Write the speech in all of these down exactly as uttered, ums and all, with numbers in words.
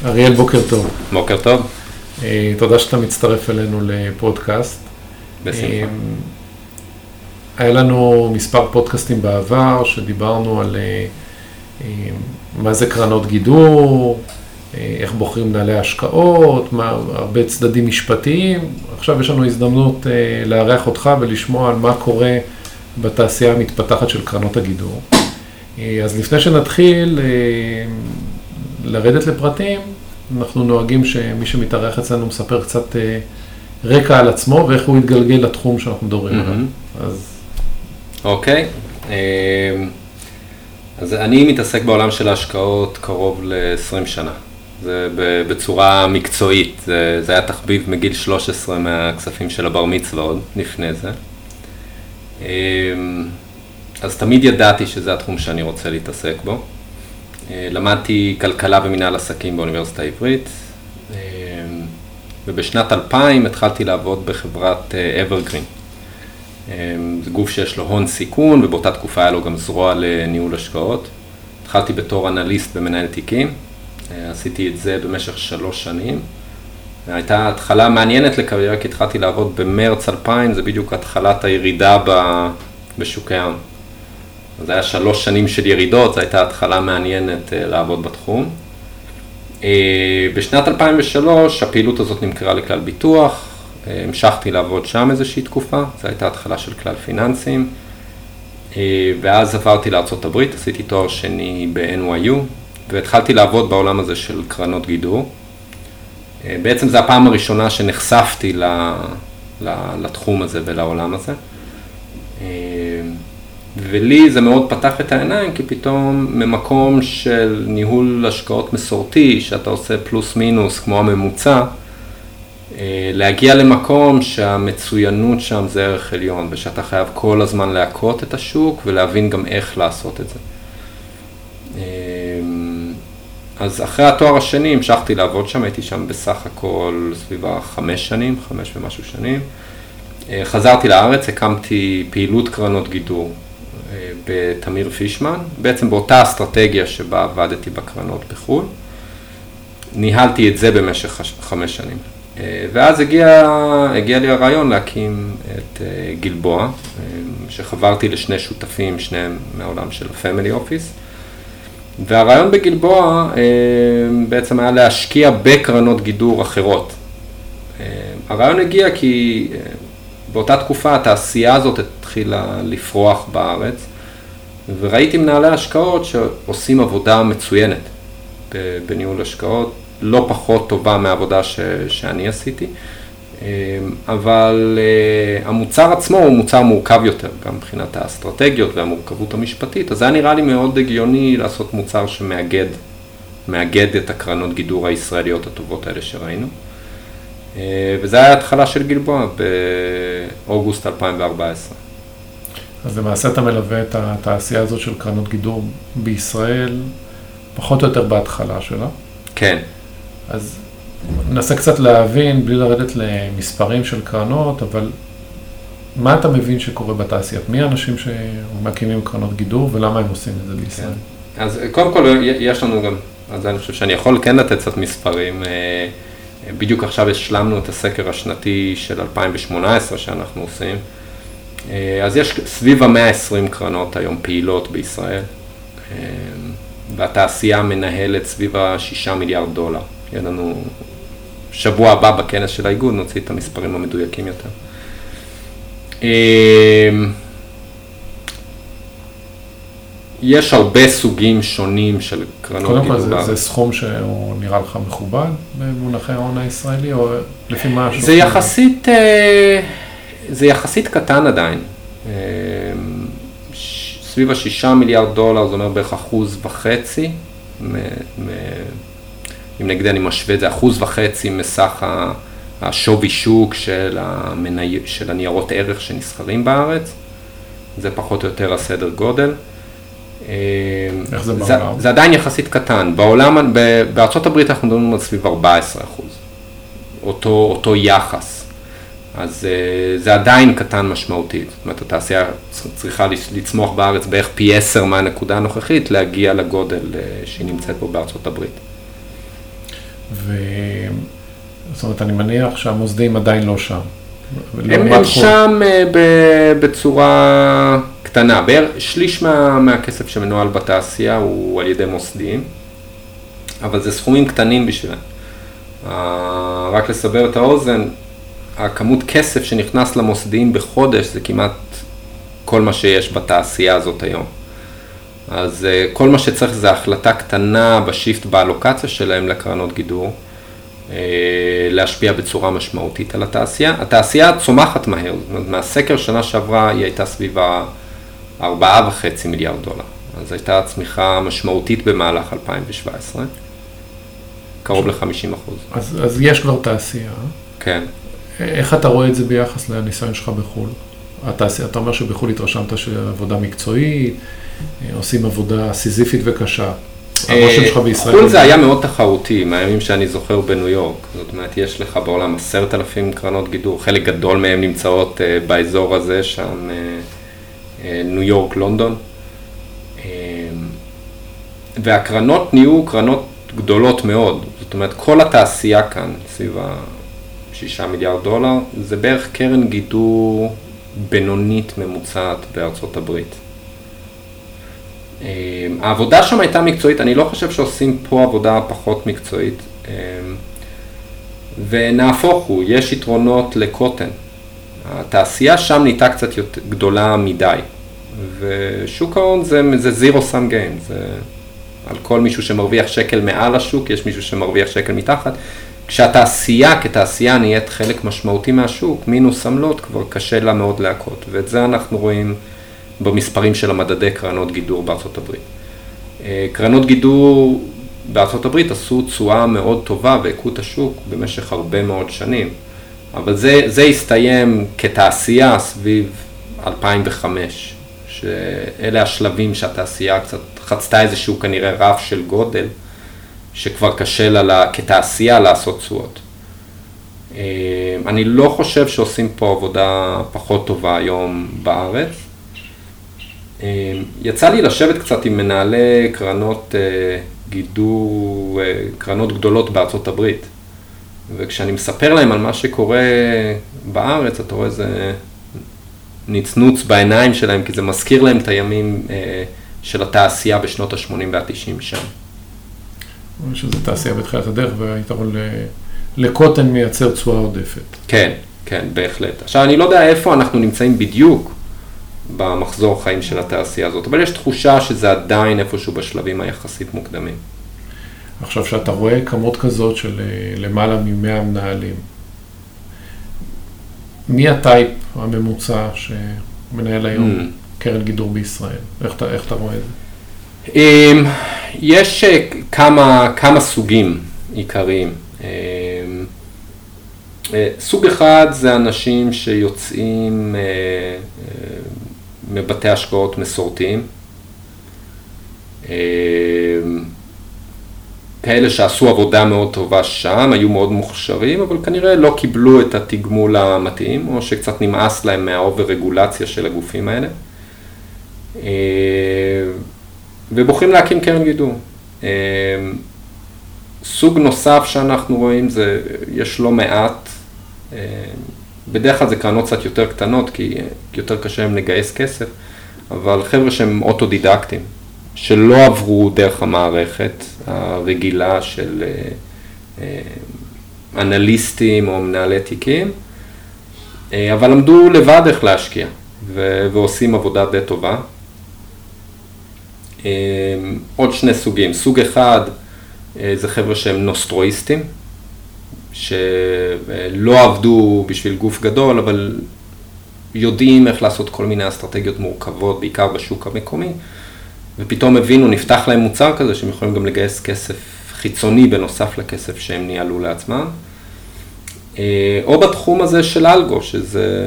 אריאל, בוקר טוב. בוקר טוב. תודה שאתה מצטרף אלינו לפודקאסט. בשמחה. היה לנו מספר פודקאסטים בעבר שדיברנו על מה זה קרנות גידור, איך בוחרים מנהלי השקעות, מה, הרבה צדדים משפטיים. עכשיו יש לנו הזדמנות לארח אותך ולשמוע על מה קורה בתעשייה המתפתחת של קרנות הגידור. אז לפני שנתחיל לרדת לפרטים, אנחנו נוהגים שמי שמתארח אצלנו מספר קצת רקע על עצמו ואיך הוא יתגלגל לתחום שאנחנו מדברים עליו. אז... אוקיי. אז אני מתעסק בעולם של ההשקעות קרוב ל-עשרים שנה. זה בצורה מקצועית. זה, זה היה תחביב מגיל שלוש עשרה מהכספים של הבר מצווה עוד לפני זה. אז תמיד ידעתי שזה התחום שאני רוצה להתעסק בו. למדתי כלכלה ומנהל עסקים באוניברסיטה העברית, ובשנת אלפיים התחלתי לעבוד בחברת אברגרין. זה גוף שיש לו הון סיכון, ובאותה תקופה היה לו גם זרוע לניהול השקעות. התחלתי בתור אנליסט במנהל תיקים, עשיתי את זה במשך שלוש שנים. הייתה התחלה מעניינת לקריירה, כי התחלתי לעבוד במרץ אלפיים, זה בדיוק התחלת הירידה בשוקי ההון. זה היה שלוש שנים של ירידות, זו הייתה התחלה מעניינת לעבוד בתחום. בשנת אלפיים ושלוש הפעילות הזאת נמכרה לכלל ביטוח, המשכתי לעבוד שם איזושהי תקופה, זו הייתה התחלה של כלל פיננסים, ואז עברתי לארצות הברית, עשיתי תואר שני ב-אן וואי יו, והתחלתי לעבוד בעולם הזה של קרנות גידור. בעצם זו הפעם הראשונה שנחשפתי לתחום הזה ולעולם הזה. ולי זה מאוד פתח את העיניים, כי פתאום ממקום של ניהול השקעות מסורתי, שאתה עושה פלוס מינוס כמו הממוצע, להגיע למקום שהמצוינות שם זה ערך עליון, ושאתה חייב כל הזמן להכות את השוק ולהבין גם איך לעשות את זה. אז אחרי התואר השני המשכתי לעבוד שם, הייתי שם בסך הכל סביבה חמש שנים, חמש ומשהו שנים. חזרתי לארץ, הקמתי פעילות קרנות גידור בתמיר פישמן, בעצם באותה אסטרטגיה שבה עבדתי בקרנות בחו"ל. ניהלתי את זה במשך חמש שנים. ואז הגיע, הגיע לי הרעיון להקים את גלבוע, שחברתי לשני שותפים, שניהם מהעולם של הפמילי אופיס. והרעיון בגלבוע בעצם היה להשקיע בקרנות גידור אחרות. הרעיון הגיע כי באותה תקופה התעשייה הזאת התחילה לפרוח בארץ, וראיתי מנהלי השקעות שעושים עבודה מצוינת בניהול השקעות, לא פחות טובה מהעבודה ש, שאני עשיתי, אבל המוצר עצמו הוא מוצר מורכב יותר, גם מבחינת האסטרטגיות והמורכבות המשפטית, אז היה נראה לי מאוד הגיוני לעשות מוצר שמאגד, מאגד את הקרנות גידור הישראליות הטובות האלה שראינו. וזה היה התחלה של גלבוע באוגוסט אלפיים וארבע עשרה. אז למעשה אתה מלווה את התעשייה הזאת של קרנות גידור בישראל, פחות או יותר בהתחלה שלה. כן. אז ננסה קצת להבין, בלי לרדת למספרים של קרנות, אבל מה אתה מבין שקורה בתעשיית? מי האנשים שמקימים קרנות גידור ולמה הם עושים את זה בישראל? כן. אז קודם כל יש לנו גם, אז אני חושב שאני יכול כן לתת קצת מספרים, בדיוק עכשיו השלמנו את הסקר השנתי של אלפיים ושמונה עשרה שאנחנו עושים, אז יש סביב ה-מאה ועשרים קרנות היום פעילות בישראל, והתעשייה מנהלת סביב ה-שישה מיליארד דולר. יהיה לנו שבוע הבא בכנס של האיגוד, נוציא את המספרים המדויקים יותר. יש הרבה סוגים שונים של קרנות גידור. קודם כל, זה סכום שהוא נראה לך מכובד במונחי ההון הישראלי, או לפי מה? זה יחסית, זה יחסית קטן עדיין. סביב השישה מיליארד דולר, זה אומר בערך אחוז וחצי, אם נגד אני משווה את זה, אחוז וחצי מסך השווי שוק של, המני... של הניירות ערך שנסחרים בארץ, זה פחות או יותר הסדר גודל. איך זה בעולם? זה, זה עדיין יחסית קטן. בעולם, בארצות הברית אנחנו מדברים על סביב ארבעה עשר אחוז, אותו, אותו יחס. אז זה עדיין קטן משמעותית. זאת אומרת, התעשייה צריכה לצמוח בארץ בערך פי עשר מהנקודה הנוכחית, להגיע לגודל שהיא נמצאת פה בארצות הברית. ו... זאת אומרת, אני מניח שהמוסדים עדיין לא שם. הם, הם שם בצורה קטנה, בערך שליש מה, מהכסף שמנוהל בתעשייה הוא על ידי מוסדים, אבל זה סכומים קטנים בשבילם. רק לסבר את האוזן, הכמות כסף שנכנס למוסדים בחודש זה כמעט כל מה שיש בתעשייה הזאת היום. אז כל מה שצריך זה החלטה קטנה בשיפט באלוקציה שלהם לקרנות גידור, להשפיע בצורה משמעותית על התעשייה. התעשייה צומחת מהר, מהסקר שנה שעברה היא הייתה סביבה ארבעה וחצי מיליארד דולר. אז הייתה צמיחה משמעותית במהלך אלפיים שבע עשרה, קרוב ל-חמישים אחוז. אז, אז יש כבר תעשייה. כן. איך אתה רואה את זה ביחס לניסיון שלך בחו"ל? התעשייה, אתה אומר שבחו"ל התרשמת שעבודה מקצועית, עושים עבודה סיזיפית וקשה. הרושם שלך בישראל. חו"ל זה היה מאוד תחרותי, מהימים שאני זוכר בניו יורק. זאת אומרת, יש לך בעולם עשרת אלפים קרנות גידור, חלק גדול מהם נמצאות באזור הזה, שם ניו יורק, לונדון. והקרנות נהיו קרנות גדולות מאוד. זאת אומרת, כל התעשייה כאן, סביב שישה מיליארד דולר, זה בערך קרן גידור בינונית ממוצעת בארצות הברית. העבודה שם הייתה מקצועית, אני לא חושב שעושים פה עבודה פחות מקצועית, ונהפוך הוא, יש יתרונות לקוטן. התעשייה שם נהייתה קצת יותר גדולה מדי, ושוק ההון זה, זה zero sum game, זה על כל מישהו שמרוויח שקל מעל השוק, יש מישהו שמרוויח שקל מתחת. כשהתעשייה כתעשייה נהיית חלק משמעותי מהשוק, מינוס עמלות כבר קשה לה מאוד להכות, ואת זה אנחנו רואים במספרים של המדדי קרנות גידור בארצות הברית. קרנות גידור בארצות הברית עשו תשואה מאוד טובה והכו את השוק במשך הרבה מאוד שנים, אבל זה, זה הסתיים כתעשייה סביב אלפיים וחמש, שאלה השלבים שהתעשייה קצת חצתה איזשהו כנראה רף של גודל, שכבר קשה לה כתעשייה לעשות תשואות. אני לא חושב שעושים פה עבודה פחות טובה היום בארץ. יצא לי לשבת קצת עם מנהלי קרנות גידור, קרנות גדולות בארצות הברית. וכשאני מספר להם על מה שקורה בארץ, אתה רואה איזה נצנוץ בעיניים שלהם, כי זה מזכיר להם את הימים של התעשייה בשנות ה-שמונים וה-תשעים שם. שזה תעשייה בתחילת הדרך, והיתרון לקוטן מייצר תשואה עודפת. כן, כן, בהחלט. עכשיו, אני לא יודע איפה אנחנו נמצאים בדיוק במחזור חיים של התעשייה הזאת, אבל יש תחושה שזה עדיין איפשהו בשלבים היחסית מוקדמים. עכשיו, שאתה רואה כמות כזאת של למעלה מ-מאה מנהלים, מי הטייפ הממוצע שמנהל היום mm. קרן גידור בישראל? איך אתה, איך אתה רואה את זה? יש כמה, כמה סוגים עיקריים. סוג אחד זה אנשים שיוצאים מבתי השקעות מסורתיים, כאלה שעשו עבודה מאוד טובה שם, היו מאוד מוכשרים, אבל כנראה לא קיבלו את התגמול המתאים, או שקצת נמאס להם מהאובר רגולציה של הגופים האלה. ובוחרים להקים קרן גידור. סוג נוסף שאנחנו רואים זה, יש לא מעט, בדרך כלל זה קרנות קצת יותר קטנות, כי יותר קשה להם לגייס כסף, אבל חבר'ה שהם אוטודידקטים, שלא עברו דרך המערכת הרגילה של אנליסטים או מנהלי תיקים, אבל למדו לבד איך להשקיע, ועושים עבודה די טובה. עוד שני סוגים. סוג אחד זה חבר'ה שהם נוסטרואיסטים, שלא עבדו בשביל גוף גדול, אבל יודעים איך לעשות כל מיני אסטרטגיות מורכבות, בעיקר בשוק המקומי, ופתאום הבינו, נפתח להם מוצר כזה, שהם יכולים גם לגייס כסף חיצוני בנוסף לכסף שהם ניהלו לעצמם. או בתחום הזה של אלגו, שזה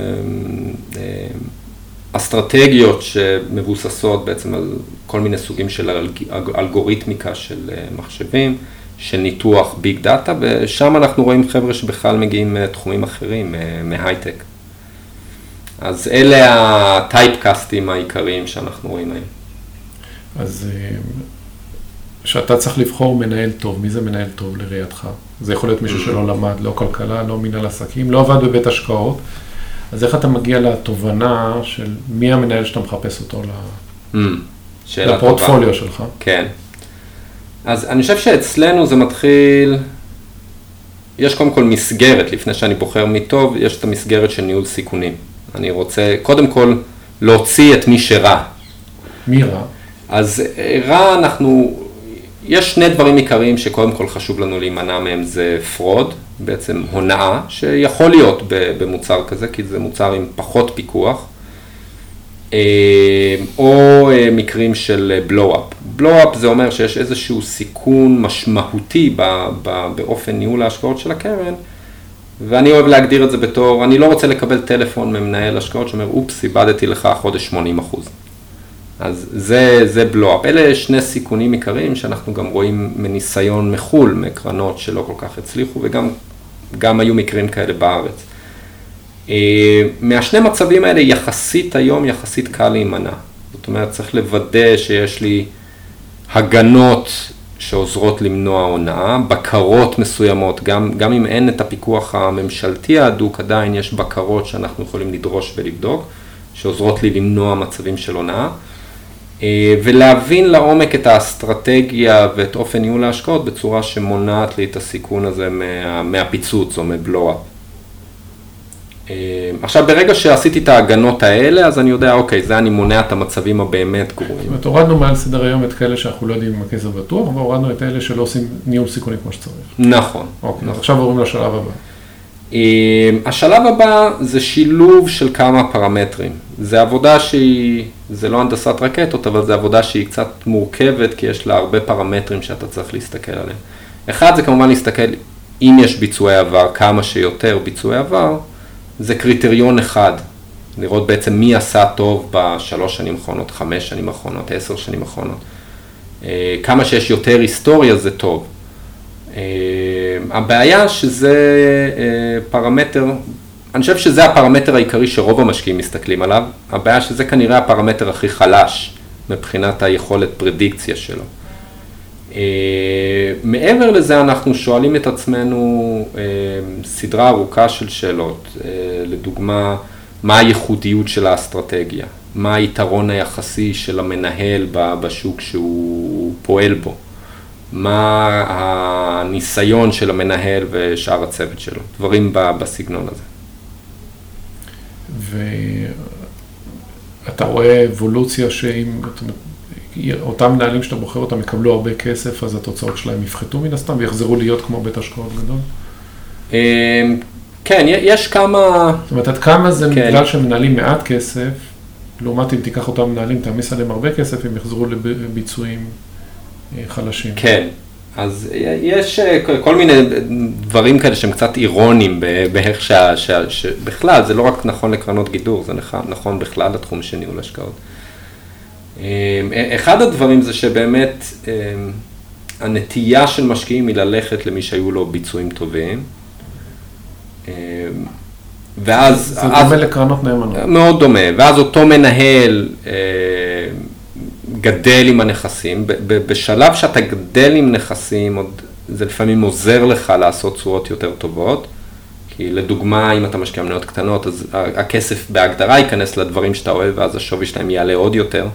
אסטרטגיות שמבוססות בעצם על כל מיני סוגים של אלגוריתמיקה של מחשבים, של ניתוח ביג דאטה, ושם אנחנו רואים חבר'ה שבכלל מגיעים מתחומים אחרים, מהייטק. אז אלה הטייפקאסטים העיקריים שאנחנו רואים היום. אז שאתה צריך לבחור מנהל טוב. מי זה מנהל טוב לראייתך? זה יכול להיות מישהו שלא למד, לא כלכלה, לא מנהל עסקים, לא עבד בבית השקעות. אז איך אתה מגיע לתובנה של מי המנהל שאתה מחפש אותו לפורטפוליו שלך? כן. אז אני חושב שאצלנו זה מתחיל, יש קודם כל מסגרת, לפני שאני בוחר מי טוב, יש את המסגרת של ניהול סיכונים. אני רוצה קודם כל להוציא את מי שרע. מי רע? אז רע אנחנו, יש שני דברים עיקריים שקודם כל חשוב לנו להימנע מהם, זה פרוד, בעצם הונאה, שיכול להיות במוצר כזה, כי זה מוצר עם פחות פיקוח, או מקרים של בלו-אפ. בלו-אפ זה אומר שיש איזשהו סיכון משמעותי באופן ניהול ההשקעות של הקרן, ואני אוהב להגדיר את זה בתור, אני לא רוצה לקבל טלפון ממנהל השקעות שאומר, אופס, איבדתי לך חודש שמונים אחוז. אז זה, זה בלו-אפ. אלה שני סיכונים עיקריים שאנחנו גם רואים מניסיון מחול, מקרנות שלא כל כך הצליחו, וגם גם היו מקרים כאלה בארץ. מהשני מצבים האלה יחסית היום, יחסית קל להימנע. זאת אומרת, צריך לוודא שיש לי הגנות שעוזרות למנוע הונאה, בקרות מסוימות, גם, גם אם אין את הפיקוח הממשלתי ההדוק, עדיין יש בקרות שאנחנו יכולים לדרוש ולבדוק, שעוזרות לי למנוע מצבים של הונאה, ולהבין לעומק את האסטרטגיה ואת אופן ניהול ההשקעות בצורה שמונעת לי את הסיכון הזה מה, מהפיצוץ או מבלו-אפ. עכשיו, ברגע שעשיתי את ההגנות האלה, אז אני יודע, אוקיי, זה אני מונע את המצבים הבאמת גרועים. זאת אומרת, הורדנו מעל סדר היום את כאלה שאנחנו לא יודעים אם הכסף בטוח, והורדנו את אלה שלא עושים ניהול סיכונים כמו שצריך. נכון. אוקיי, אז עכשיו עוברים לשלב הבא. השלב הבא זה שילוב של כמה פרמטרים. זה עבודה שהיא, זה לא הנדסת רקטות, אבל זה עבודה שהיא קצת מורכבת, כי יש לה הרבה פרמטרים שאתה צריך להסתכל עליהם. אחד זה כמובן להסתכל אם יש ביצועי עבר, כמה שיותר ביצועי עבר, זה קריטריון אחד, לראות בעצם מי עשה טוב בשלוש שנים האחרונות, חמש שנים האחרונות, עשר שנים האחרונות. כמה שיש יותר היסטוריה זה טוב. הבעיה שזה פרמטר, אני חושב שזה הפרמטר העיקרי שרוב המשקיעים מסתכלים עליו, הבעיה שזה כנראה הפרמטר הכי חלש מבחינת היכולת פרדיקציה שלו. מעבר לזה אנחנו שואלים את עצמנו סדרה ארוכה של שאלות, לדוגמה, מה הייחודיות של האסטרטגיה, מה היתרון היחסי של המנהל בשוק שהוא פועל בו, מה הניסיון של המנהל ושאר הצוות שלו, דברים בסגנון הזה. ואתה רואה אבולוציה שאם אותם מנהלים שאתה בוחר אותם יקבלו הרבה כסף, אז התוצאות שלהם יפחתו מן הסתם ויחזרו להיות כמו בית השקעות גדול? כן, יש כמה... זאת אומרת, עד כמה זה בגלל שמנהלים מעט כסף, לעומת אם תיקח אותם מנהלים, תעמיס עליהם הרבה כסף, הם יחזרו לביצועים חלשים. כן, אז יש כל מיני דברים כאלה שהם קצת אירונים באיך שבכלל, זה לא רק נכון לקרנות גידור, זה נכון בכלל לתחום של ניהול השקעות. אחד הדברים זה שבאמת הנטייה של משקיעים היא ללכת למי שהיו לו ביצועים טובים. ואז... זה דומה לקרנות נאמנות. מאוד דומה, ואז אותו מנהל גדל עם הנכסים. בשלב שאתה גדל עם נכסים, זה לפעמים עוזר לך לעשות צורות יותר טובות. כי לדוגמה, אם אתה משקיע מניות קטנות, אז הכסף בהגדרה ייכנס לדברים שאתה אוהב, ואז השווי שלהם יעלה עוד יותר.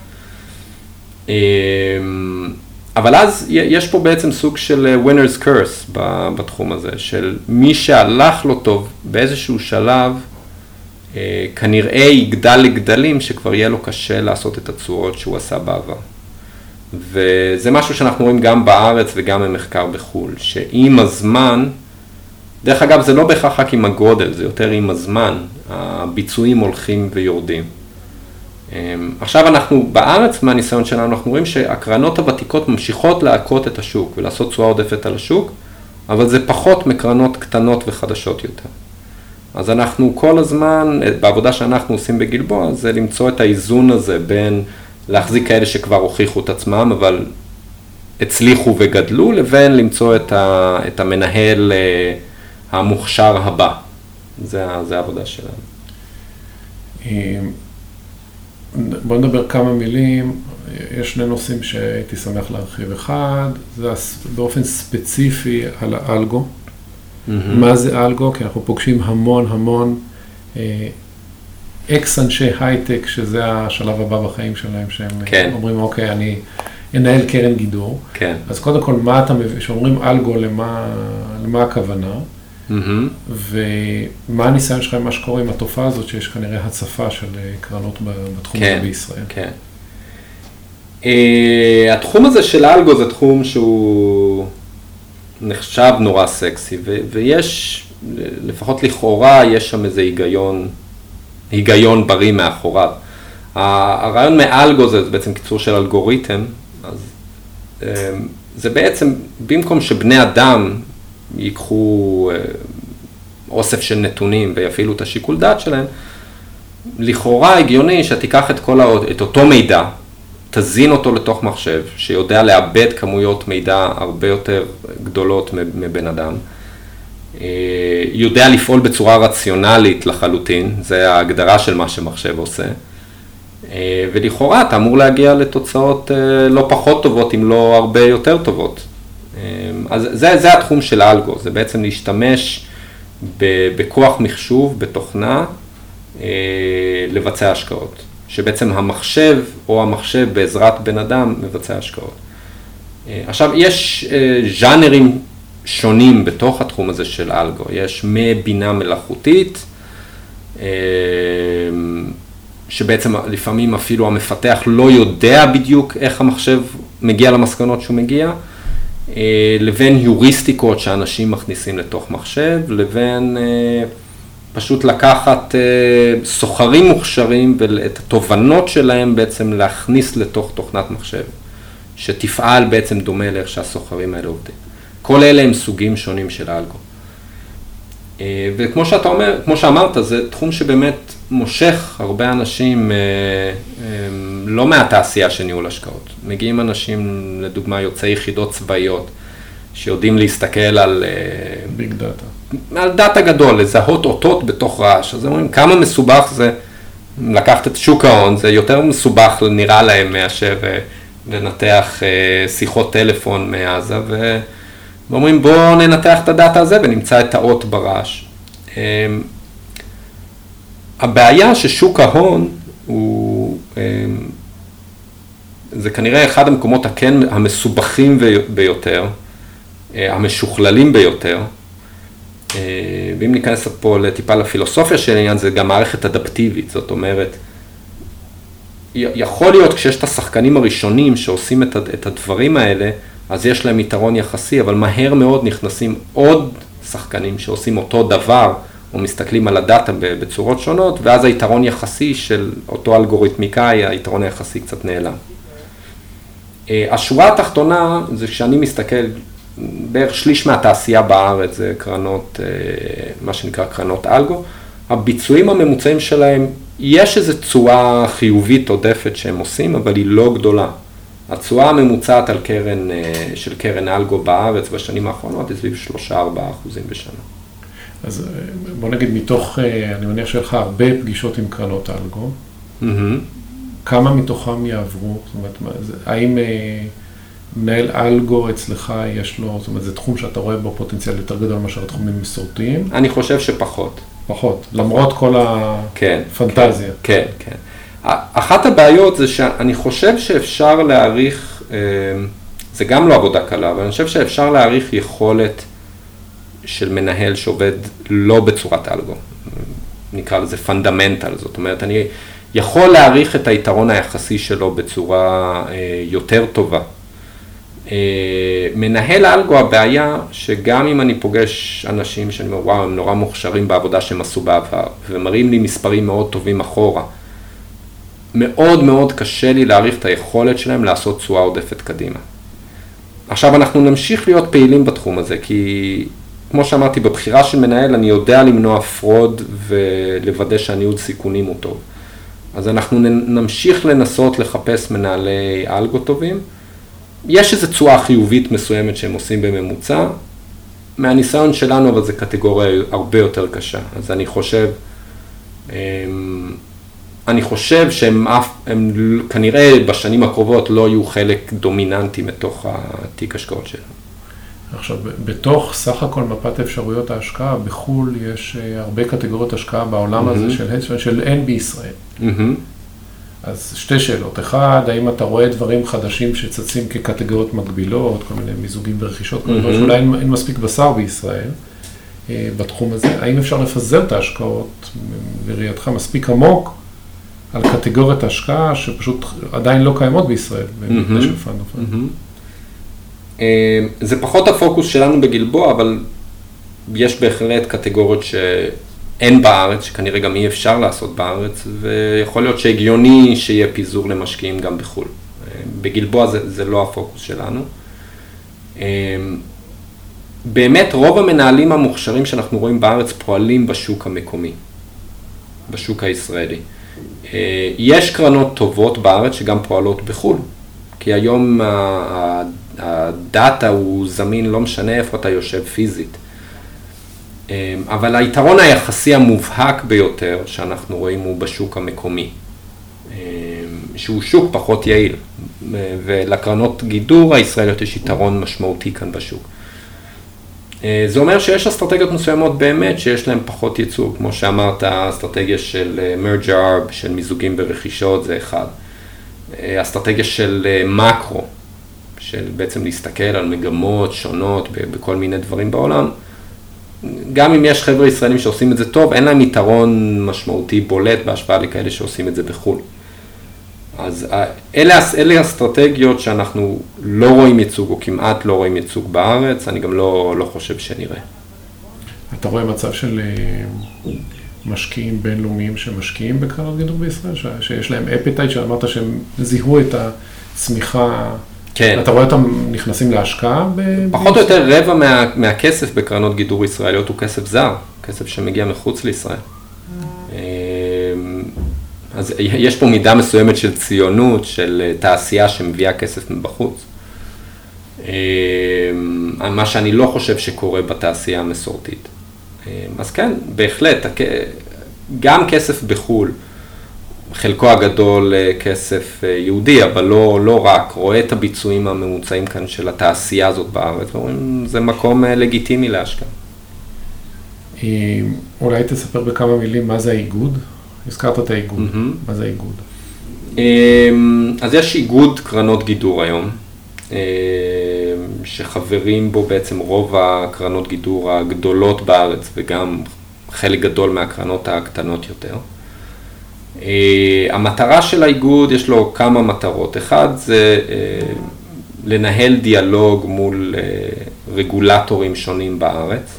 אבל אז יש פה בעצם סוג של winner's curse בתחום הזה, של מי שהלך לו טוב באיזשהו שלב, כנראה יגדל לגדלים שכבר יהיה לו קשה לעשות את הצורות שהוא עשה בעבר. וזה משהו שאנחנו רואים גם בארץ וגם במחקר בחו"ל, שעם הזמן, דרך אגב זה לא בהכרח רק עם הגודל, זה יותר עם הזמן, הביצועים הולכים ויורדים. עכשיו אנחנו בארץ, מהניסיון שלנו, אנחנו רואים שהקרנות הוותיקות ממשיכות להכות את השוק ולעשות תשואה עודפת על השוק, אבל זה פחות מקרנות קטנות וחדשות יותר. אז אנחנו כל הזמן, בעבודה שאנחנו עושים בגלבוע, זה למצוא את האיזון הזה בין להחזיק כאלה שכבר הוכיחו את עצמם, אבל הצליחו וגדלו, לבין למצוא את, ה, את המנהל המוכשר הבא. זה, זה העבודה שלנו. בוא נדבר כמה מילים, יש שני נושאים שהייתי שמח להרחיב. אחד, זה באופן ספציפי על האלגו. Mm-hmm. מה זה אלגו? כי אנחנו פוגשים המון המון אה, אקס אנשי הייטק, שזה השלב הבא בחיים שלהם, שהם כן. אומרים, אוקיי, אני אנהל קרן גידור. כן. אז קודם כל, מה אתה מבין, שאומרים אלגו, למה, למה הכוונה? Mm-hmm. ומה הניסיון שלך עם מה שקורה עם התופעה הזאת, שיש כנראה הצפה של קרנות בתחום כן, הזה בישראל? כן. Uh, התחום הזה של אלגו זה תחום שהוא נחשב נורא סקסי, ו- ויש, לפחות לכאורה, יש שם איזה היגיון, היגיון בריא מאחוריו. הרעיון מאלגו זה בעצם קיצור של אלגוריתם, אז uh, זה בעצם, במקום שבני אדם ייקחו אוסף של נתונים ויפעילו את השיקול דעת שלהם, לכאורה הגיוני שתיקח את כל האות, את אותו מידע, תזין אותו לתוך מחשב, שיודע לאבד כמויות מידע הרבה יותר גדולות מבן אדם, יודע לפעול בצורה רציונלית לחלוטין, זה ההגדרה של מה שמחשב עושה, ולכאורה אתה אמור להגיע לתוצאות לא פחות טובות, אם לא הרבה יותר טובות. אז זה, זה התחום של האלגו, זה בעצם להשתמש בכוח מחשוב, בתוכנה, לבצע השקעות. שבעצם המחשב או המחשב בעזרת בן אדם מבצע השקעות. עכשיו, יש ז'אנרים שונים בתוך התחום הזה של אלגו. יש מבינה מלאכותית, שבעצם לפעמים אפילו המפתח לא יודע בדיוק איך המחשב מגיע למסקנות שהוא מגיע, לבין יוריסטיקות שאנשים מכניסים לתוך מחשב, לבין פשוט לקחת סוחרים מוכשרים ואת התובנות שלהם בעצם להכניס לתוך תוכנת מחשב, שתפעל בעצם דומה לאיך שהסוחרים האלה עובדים. כל אלה הם סוגים שונים של האלגו. וכמו שאתה אומר, כמו שאמרת, זה תחום שבאמת מושך הרבה אנשים, לא מהתעשייה של ניהול השקעות. מגיעים אנשים, לדוגמה, יוצאי יחידות צבאיות, שיודעים להסתכל על ביג דאטה. על דאטה גדול, לזהות אותות בתוך רעש. אז אומרים, כמה מסובך זה, לקחת את שוק ההון, זה יותר מסובך נראה להם מאשר לנתח שיחות טלפון מעזה, ואומרים, בואו ננתח את הדאטה הזה ונמצא את האות ברעש. הבעיה ששוק ההון הוא, זה כנראה אחד המקומות הכן המסובכים ביותר, המשוכללים ביותר, ואם ניכנס פה לטיפה לפילוסופיה של העניין, זה גם מערכת אדפטיבית, זאת אומרת, יכול להיות כשיש את השחקנים הראשונים שעושים את הדברים האלה, אז יש להם יתרון יחסי, אבל מהר מאוד נכנסים עוד שחקנים שעושים אותו דבר, או מסתכלים על הדאטה בצורות שונות, ואז היתרון יחסי של אותו אלגוריתמיקאי, היתרון היחסי קצת נעלם. השורה התחתונה זה כשאני מסתכל, בערך שליש מהתעשייה בארץ זה קרנות, מה שנקרא קרנות אלגו, הביצועים הממוצעים שלהם, יש איזו תשואה חיובית עודפת שהם עושים, אבל היא לא גדולה. התשואה הממוצעת על קרן, של קרן אלגו בארץ בשנים האחרונות, היא סביב שלושה עד ארבעה אחוזים בשנה. אז בוא נגיד מתוך, אני מניח שלך הרבה פגישות עם קרנות אלגו, mm-hmm. כמה מתוכם יעברו? זאת אומרת, האם מנהל אלגו אצלך יש לו, זאת אומרת, זה תחום שאתה רואה בו פוטנציאל יותר גדול מאשר התחומים מסורתיים? אני חושב שפחות. פחות, למרות כל הפנטזיה. כן, כן, כן. אחת הבעיות זה שאני חושב שאפשר להעריך, זה גם לא עבודה קלה, אבל אני חושב שאפשר להעריך יכולת של מנהל שעובד לא בצורת אלגו. נקרא לזה פונדמנטל, זאת אומרת, אני יכול להעריך את היתרון היחסי שלו בצורה יותר טובה. מנהל אלגו, הבעיה שגם אם אני פוגש אנשים שאני אומר, וואו, הם נורא מוכשרים בעבודה שהם עשו בעבר, ומראים לי מספרים מאוד טובים אחורה, מאוד מאוד קשה לי להעריך את היכולת שלהם לעשות תשואה עודפת קדימה. עכשיו אנחנו נמשיך להיות פעילים בתחום הזה, כי כמו שאמרתי, בבחירה של מנהל אני יודע למנוע פרוד ולוודא שהניהול סיכונים הוא טוב. אז אנחנו נמשיך לנסות לחפש מנהלי אלגו טובים. יש איזו תשואה חיובית מסוימת שהם עושים בממוצע, מהניסיון שלנו, אבל זו קטגוריה הרבה יותר קשה. אז אני חושב, אני חושב שהם אף, הם כנראה בשנים הקרובות לא יהיו חלק דומיננטי מתוך התיק השקעות שלנו. עכשיו, בתוך סך הכל מפת אפשרויות ההשקעה, בחול יש הרבה קטגוריות השקעה בעולם הזה של, של אין בישראל. אז שתי שאלות. אחד, האם אתה רואה דברים חדשים שצצים כקטגוריות מקבילות, כל מיני מיזוגים ורכישות, כל מיני, שאולי אין, אין מספיק בשר בישראל בתחום הזה. האם אפשר לפזר את ההשקעות בראייתך מספיק עמוק על קטגוריית ההשקעה שפשוט עדיין לא קיימות בישראל, במבנה של פאנד אוף פאנד? זה פחות הפוקוס שלנו בגלבוע, אבל יש בהחלט קטגוריות שאין בארץ, שכנראה גם אי אפשר לעשות בארץ, ויכול להיות שהגיוני שיהיה פיזור למשקיעים גם בחו"ל. בגלבוע זה, זה לא הפוקוס שלנו. באמת רוב המנהלים המוכשרים שאנחנו רואים בארץ פועלים בשוק המקומי, בשוק הישראלי. יש קרנות טובות בארץ שגם פועלות בחו"ל, כי היום הדאטה הוא זמין, לא משנה איפה אתה יושב פיזית. אבל היתרון היחסי המובהק ביותר שאנחנו רואים הוא בשוק המקומי, שהוא שוק פחות יעיל, ולקרנות גידור הישראליות יש יתרון משמעותי כאן בשוק. זה אומר שיש אסטרטגיות מסוימות באמת שיש להן פחות ייצוג, כמו שאמרת, האסטרטגיה של merge arb, של מיזוגים ברכישות, זה אחד. אסטרטגיה של מקרו, של בעצם להסתכל על מגמות שונות בכל מיני דברים בעולם. גם אם יש חבר'ה ישראלים שעושים את זה טוב, אין להם יתרון משמעותי בולט בהשוואה לכאלה שעושים את זה בחו"ל. אז אלה, אלה אסטרטגיות שאנחנו לא רואים ייצוג, או כמעט לא רואים ייצוג בארץ, אני גם לא, לא חושב שנראה. אתה רואה מצב של משקיעים בינלאומיים שמשקיעים בקרנות גידור בישראל, שיש להם אפטייט, שאמרת שהם זיהו את הצמיחה, כן. אתה רואה אותם נכנסים להשקעה? פחות או יותר רבע מה, מהכסף בקרנות גידור ישראליות הוא כסף זר, כסף שמגיע מחוץ לישראל. אז יש פה מידה מסוימת של ציונות, של תעשייה שמביאה כסף מבחוץ. מה שאני לא חושב שקורה בתעשייה המסורתית. אז כן, בהחלט, גם כסף בחול, חלקו הגדול כסף יהודי, אבל לא, לא רק, רואה את הביצועים הממוצעים כאן של התעשייה הזאת בארץ, ואומרים, זה מקום לגיטימי להשקעה. אולי תספר בכמה מילים מה זה האיגוד? הזכרת את האיגוד, מה זה האיגוד? אז יש איגוד קרנות גידור היום, שחברים בו בעצם רוב הקרנות גידור הגדולות בארץ, וגם חלק גדול מהקרנות הקטנות יותר. המטרה של האיגוד, יש לו כמה מטרות. אחד זה לנהל דיאלוג מול רגולטורים שונים בארץ.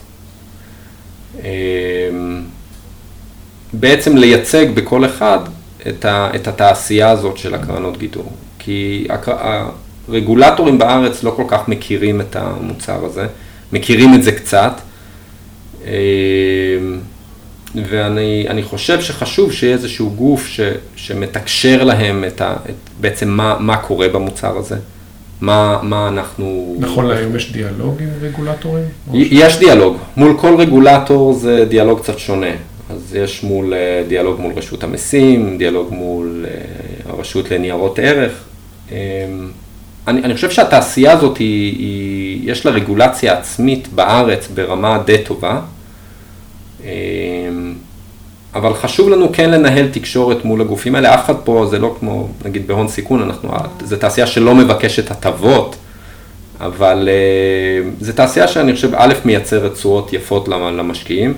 בעצם לייצג בכל אחד את, ה, את התעשייה הזאת של הקרנות גידור. כי הרגולטורים בארץ לא כל כך מכירים את המוצר הזה, מכירים את זה קצת, ואני אני חושב שחשוב שיהיה איזשהו גוף ש, שמתקשר להם את ה, את, בעצם מה, מה קורה במוצר הזה, מה, מה אנחנו... נכון להיום יש דיאלוג עם רגולטורים? יש דיאלוג, מול כל רגולטור זה דיאלוג קצת שונה. אז יש מול דיאלוג מול רשות המסים, דיאלוג מול הרשות לניירות ערך. אני, אני חושב שהתעשייה הזאת היא, היא, יש לה רגולציה עצמית בארץ ברמה די טובה, אבל חשוב לנו כן לנהל תקשורת מול הגופים האלה. אף אחד פה זה לא כמו, נגיד בהון סיכון, אנחנו, זה תעשייה שלא מבקשת הטבות, אבל זה תעשייה שאני חושב א' מייצרת צורות יפות למשקיעים.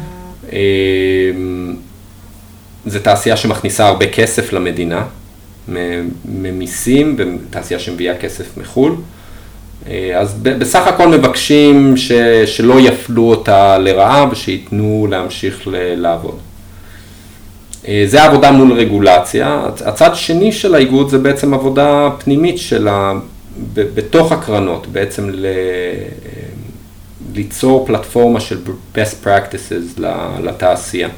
זה תעשייה שמכניסה הרבה כסף למדינה, ממיסים, ותעשייה שמביאה כסף מחול. אז בסך הכל מבקשים ש, שלא יפלו אותה לרעה ושיתנו להמשיך לעבוד. זה העבודה מול רגולציה. הצד שני של האיגוד זה בעצם עבודה פנימית שלה בתוך הקרנות, בעצם ל... ליצור פלטפורמה של best practices לתעשייה.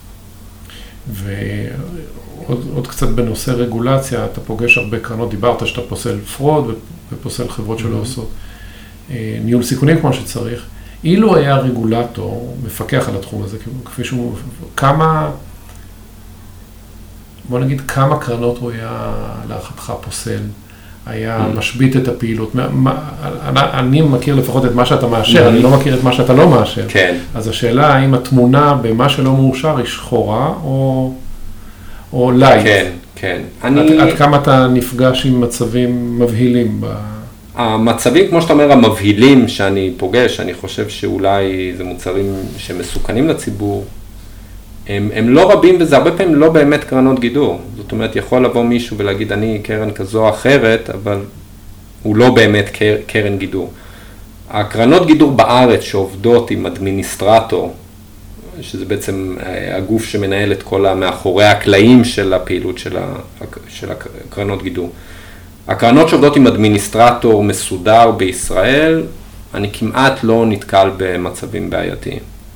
ועוד עוד קצת בנושא רגולציה, אתה פוגש הרבה קרנות, דיברת שאתה פוסל פרוד ופוסל חברות שלא עושות ניהול סיכונים כמו שצריך. אילו היה רגולטור מפקח על התחום הזה, כפי שהוא, כמה, בוא נגיד כמה קרנות הוא היה להערכתך פוסל, היה משבית את הפעילות. אני מכיר לפחות את מה שאתה מאשר, אני לא מכיר את מה שאתה לא מאשר. כן. אז השאלה האם התמונה במה שלא מאושר היא שחורה או, או לייט. כן, כן. עד, אני... עד כמה אתה נפגש עם מצבים מבהילים? ב... המצבים, כמו שאתה אומר, המבהילים שאני פוגש, אני חושב שאולי זה מוצרים שמסוכנים לציבור, הם, הם לא רבים וזה הרבה פעמים לא באמת קרנות גידור. זאת אומרת, יכול לבוא מישהו ולהגיד, אני קרן כזו או אחרת, אבל הוא לא באמת קר, קרן גידור. הקרנות גידור בארץ שעובדות עם אדמיניסטרטור, שזה בעצם הגוף שמנהל את כל מאחורי הקלעים של הפעילות של, ה, של הקרנות גידור. הקרנות שעובדות עם אדמיניסטרטור מסודר בישראל, אני כמעט לא נתקל במצבים בעייתיים.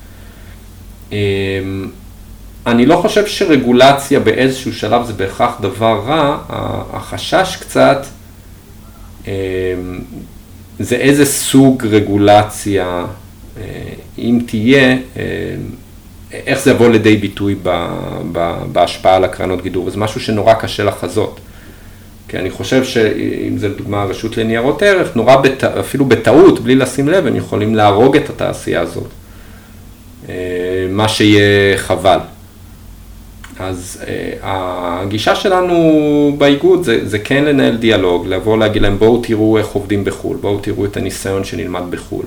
אני לא חושב שרגולציה באיזשהו שלב זה בהכרח דבר רע, החשש קצת זה איזה סוג רגולציה, אם תהיה, איך זה יבוא לידי ביטוי בהשפעה על הקרנות גידור, וזה משהו שנורא קשה לחזות. כי אני חושב שאם זה לדוגמה הרשות לניירות ערך, נורא בת... אפילו בטעות, בלי לשים לב, הם יכולים להרוג את התעשייה הזאת. מה שיהיה חבל. אז הגישה שלנו באיגוד זה, זה כן לנהל דיאלוג, לבוא להגיד להם בואו תראו איך עובדים בחול, בואו תראו את הניסיון שנלמד בחול.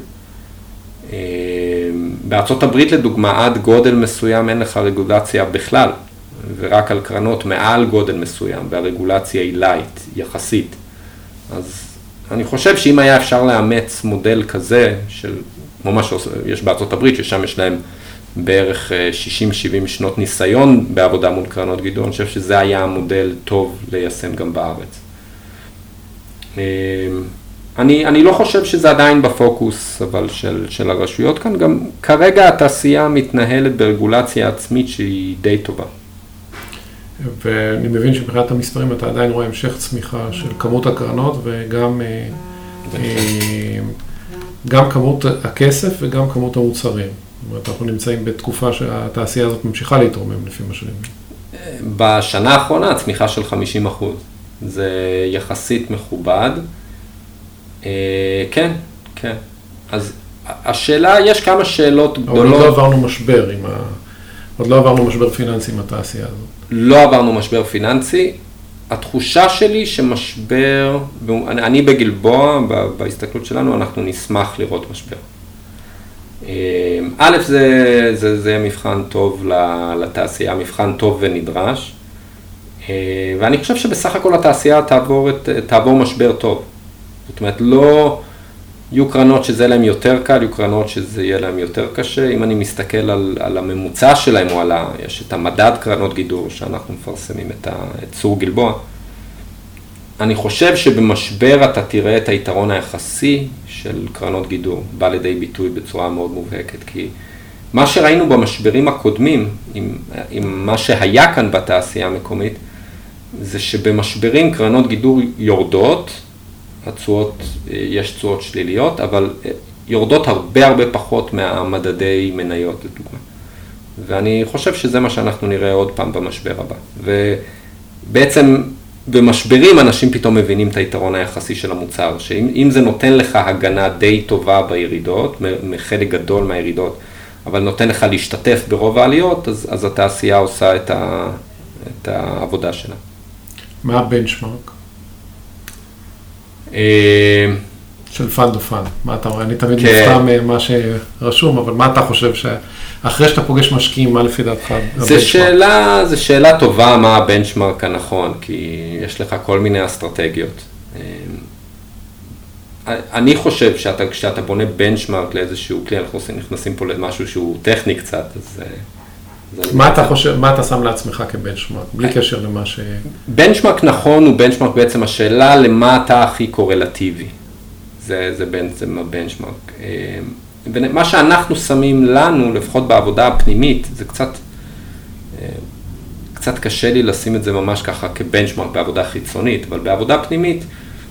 בארצות הברית לדוגמה, עד גודל מסוים אין לך רגולציה בכלל. ורק על קרנות מעל גודל מסוים, והרגולציה היא לייט, יחסית. אז אני חושב שאם היה אפשר לאמץ מודל כזה, של ממש יש בארצות הברית, ששם יש להם בערך שישים שבעים שנות ניסיון בעבודה מול קרנות גידור, אני חושב שזה היה המודל טוב ליישם גם בארץ. אני, אני לא חושב שזה עדיין בפוקוס, אבל של, של הרשויות כאן, גם כרגע התעשייה מתנהלת ברגולציה עצמית שהיא די טובה. ואני מבין שמבחינת המספרים אתה עדיין רואה המשך צמיחה של כמות הקרנות וגם גם כמות הכסף וגם כמות המוצרים. זאת אומרת, אנחנו נמצאים בתקופה שהתעשייה הזאת ממשיכה להתרומם לפי מה שאני מבין. בשנה האחרונה הצמיחה של חמישים אחוז. זה יחסית מכובד. כן, כן. אז השאלה, יש כמה שאלות גדולות. אבל עוד לא עברנו משבר עם ה... עוד לא עברנו משבר פיננסי עם התעשייה הזאת. לא עברנו משבר פיננסי. התחושה שלי שמשבר, אני, אני בגלבוע, בהסתכלות שלנו, אנחנו נשמח לראות משבר. א', זה, זה, זה מבחן טוב לתעשייה, מבחן טוב ונדרש. ואני חושב שבסך הכל התעשייה תעבור, את, תעבור משבר טוב. זאת אומרת, לא יהיו קרנות שזה להם יותר קל, יהיו קרנות שזה יהיה להם יותר קשה. אם אני מסתכל על, על הממוצע שלהם, או על ה, יש את המדד קרנות גידור, שאנחנו מפרסמים את, ה, את צור גלבוע, אני חושב שבמשבר אתה תראה את היתרון היחסי של קרנות גידור, בא לידי ביטוי בצורה מאוד מובהקת, כי מה שראינו במשברים הקודמים, עם, עם מה שהיה כאן בתעשייה המקומית, זה שבמשברים קרנות גידור יורדות, התשואות, יש תשואות שליליות, אבל יורדות הרבה הרבה פחות מהמדדי מניות לדוגמה. ואני חושב שזה מה שאנחנו נראה עוד פעם במשבר הבא. ובעצם במשברים אנשים פתאום מבינים את היתרון היחסי של המוצר, שאם זה נותן לך הגנה די טובה בירידות, מחלק גדול מהירידות, אבל נותן לך להשתתף ברוב העליות, אז, אז התעשייה עושה את, ה, את העבודה שלה. מה הבנצ'מרק? של פאנד או פאנד, מה אתה רואה? אני תמיד מופתע ממה שרשום, אבל מה אתה חושב שאחרי שאתה פוגש משקיעים, מה לפי דעתך הבנצ'מרק? שאלה, זו שאלה טובה מה הבנצ'מרק הנכון, כי יש לך כל מיני אסטרטגיות. אני חושב שאתה, כשאתה בונה בנצ'מרק לאיזשהו כלי, אנחנו נכנסים פה למשהו שהוא טכני קצת, אז... מה אתה חושב, מה אתה שם לעצמך כבנצ'מרק, בלי קשר למה ש... בנצ'מרק נכון הוא בנצ'מרק בעצם השאלה למה אתה הכי קורלטיבי. זה, זה בעצם הבנצ'מרק. מה שאנחנו שמים לנו, לפחות בעבודה הפנימית, זה קצת, קצת קשה לי לשים את זה ממש ככה כבנצ'מרק בעבודה חיצונית, אבל בעבודה פנימית,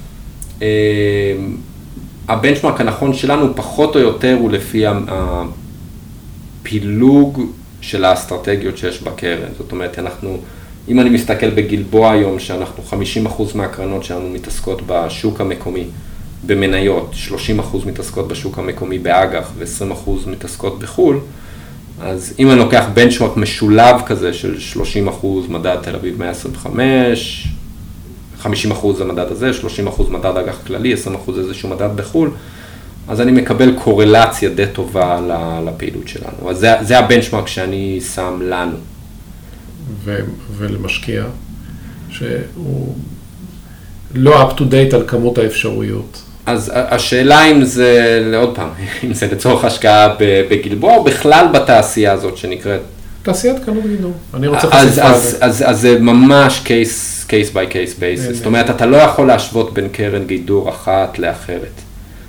הבנצ'מרק הנכון שלנו פחות או יותר הוא לפי הפילוג של האסטרטגיות שיש בקרן. זאת אומרת, אנחנו אם אני מסתכל בגלבוע היום, שאנחנו חמישים אחוז מהקרנות שלנו מתעסקות בשוק המקומי, במניות, שלושים אחוז מתעסקות בשוק המקומי באג"ח, ו-עשרים אחוז מתעסקות בחול, אז אם אני לוקח בנצ'מרק משולב כזה של שלושים אחוז מדד תל אביב מאה עשרים וחמש, חמישים אחוז המדד הזה, שלושים אחוז מדד אג"ח כללי, עשרים אחוז איזשהו מדד בחול, אז אני מקבל קורלציה די טובה לפעילות שלנו. אז זה, זה הבנצ'מרק שאני שם לנו. ו- ולמשקיע, שהוא לא up to date על כמות האפשרויות. אז השאלה אם זה, לעוד פעם, אם זה לצורך השקעה בגלבוע, או בכלל בתעשייה הזאת שנקראת. תעשיית קרנות גידור. אני רוצה אז, חשיפה. אז, אז, אז זה ממש case, case by case basis. זאת אומרת, אתה לא יכול להשוות בין קרן גידור אחת לאחרת.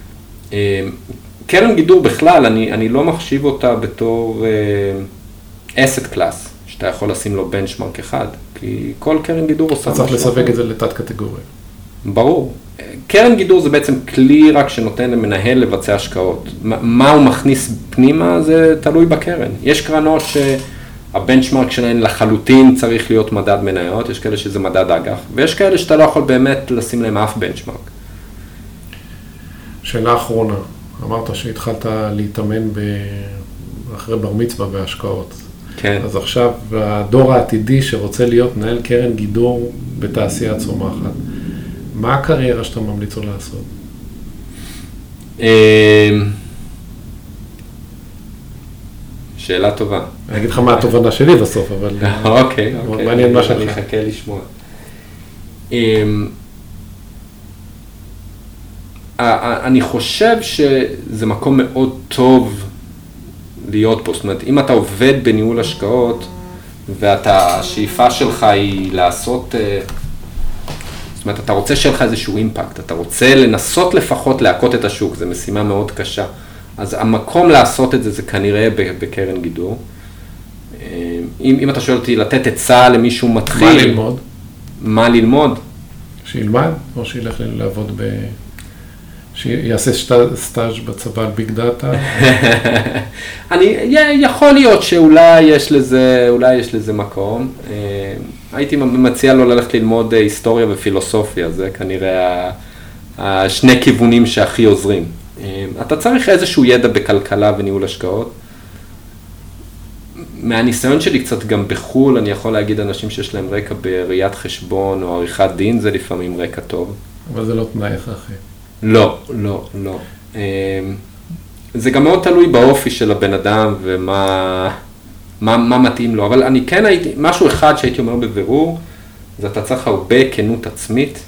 קרן גידור בכלל, אני, אני לא מחשיב אותה בתור asset class, שאתה יכול לשים לו בנצ'מרק אחד, כי כל קרן גידור עושה משהו. אתה צריך לסווג את זה לתת קטגוריה. ברור. קרן גידור זה בעצם כלי רק שנותן למנהל לבצע השקעות. מה הוא מכניס פנימה זה תלוי בקרן. יש קרנות שהבנצ'מרק שלהן לחלוטין צריך להיות מדד מניות, יש כאלה שזה מדד אג"ח, ויש כאלה שאתה לא יכול באמת לשים להם אף בנצ'מרק. שאלה אחרונה, אמרת שהתחלת להתאמן ב... אחרי בר מצווה בהשקעות. כן. אז עכשיו הדור העתידי שרוצה להיות מנהל קרן גידור בתעשייה צומחת, מה הקריירה שאתה ממליץ לו לעשות? שאלה טובה. אני אגיד לך מה התובנה שלי בסוף, אבל... אוקיי, אוקיי. מעניין מה שלך. אני אחכה לשמוע. אני חושב שזה מקום מאוד טוב להיות פה. זאת אומרת, אם אתה עובד בניהול השקעות, והשאיפה שלך היא לעשות... זאת אומרת, אתה רוצה שיהיה לך איזשהו אימפקט, אתה רוצה לנסות לפחות להכות את השוק, זו משימה מאוד קשה. אז המקום לעשות את זה, זה כנראה בקרן גידור. אם, אם אתה שואל אותי לתת עצה למישהו מתחיל... מה ללמוד? מה ללמוד? שילמד, או שילך לעבוד ב... שיעשה סטאז' בצבא על ביג דאטה? אני, יכול להיות שאולי יש לזה, אולי יש לזה מקום. הייתי מציע לו ללכת ללמוד היסטוריה ופילוסופיה, זה כנראה השני כיוונים שהכי עוזרים. אתה צריך איזשהו ידע בכלכלה וניהול השקעות. מהניסיון שלי קצת גם בחול, אני יכול להגיד אנשים שיש להם רקע בראיית חשבון או עריכת דין, זה לפעמים רקע טוב. אבל זה לא תנאי הכרחי. לא, לא, לא. זה גם מאוד תלוי באופי של הבן אדם ומה מה, מה מתאים לו, אבל אני כן הייתי, משהו אחד שהייתי אומר בבירור, זה אתה צריך הרבה כנות עצמית,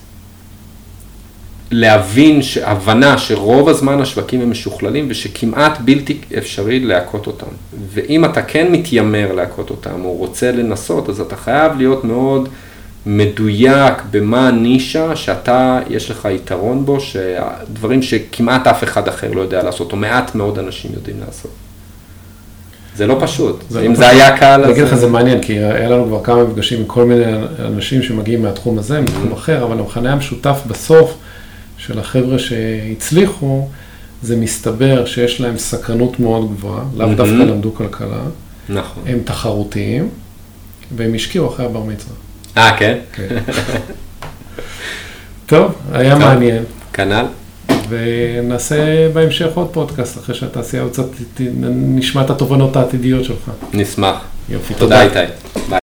להבין, הבנה שרוב הזמן השווקים הם משוכללים ושכמעט בלתי אפשרי להכות אותם. ואם אתה כן מתיימר להכות אותם או רוצה לנסות, אז אתה חייב להיות מאוד מדויק במה הנישה שאתה, יש לך יתרון בו, שדברים שכמעט אף אחד אחר לא יודע לעשות, או מעט מאוד אנשים יודעים לעשות. זה לא פשוט. זה אם לא זה פשוט. היה קל... אני אגיד לך, זה מעניין, כי היה לנו כבר כמה מפגשים עם כל מיני אנשים שמגיעים מהתחום הזה, מתחום אחר, אבל המכנה המשותף בסוף של החבר'ה שהצליחו, זה מסתבר שיש להם סקרנות מאוד גבוהה, לאו דווקא למדו כלכלה. נכון. הם תחרותיים, והם השקיעו אחרי הבר מצווה. אה, כן? כן. טוב, היה טוב. מעניין. כנ"ל. ונעשה בהמשך עוד פודקאסט, אחרי שהתעשייה קצת נשמע את התובנות העתידיות שלך. נשמח. יופי, תודה איתי. ביי.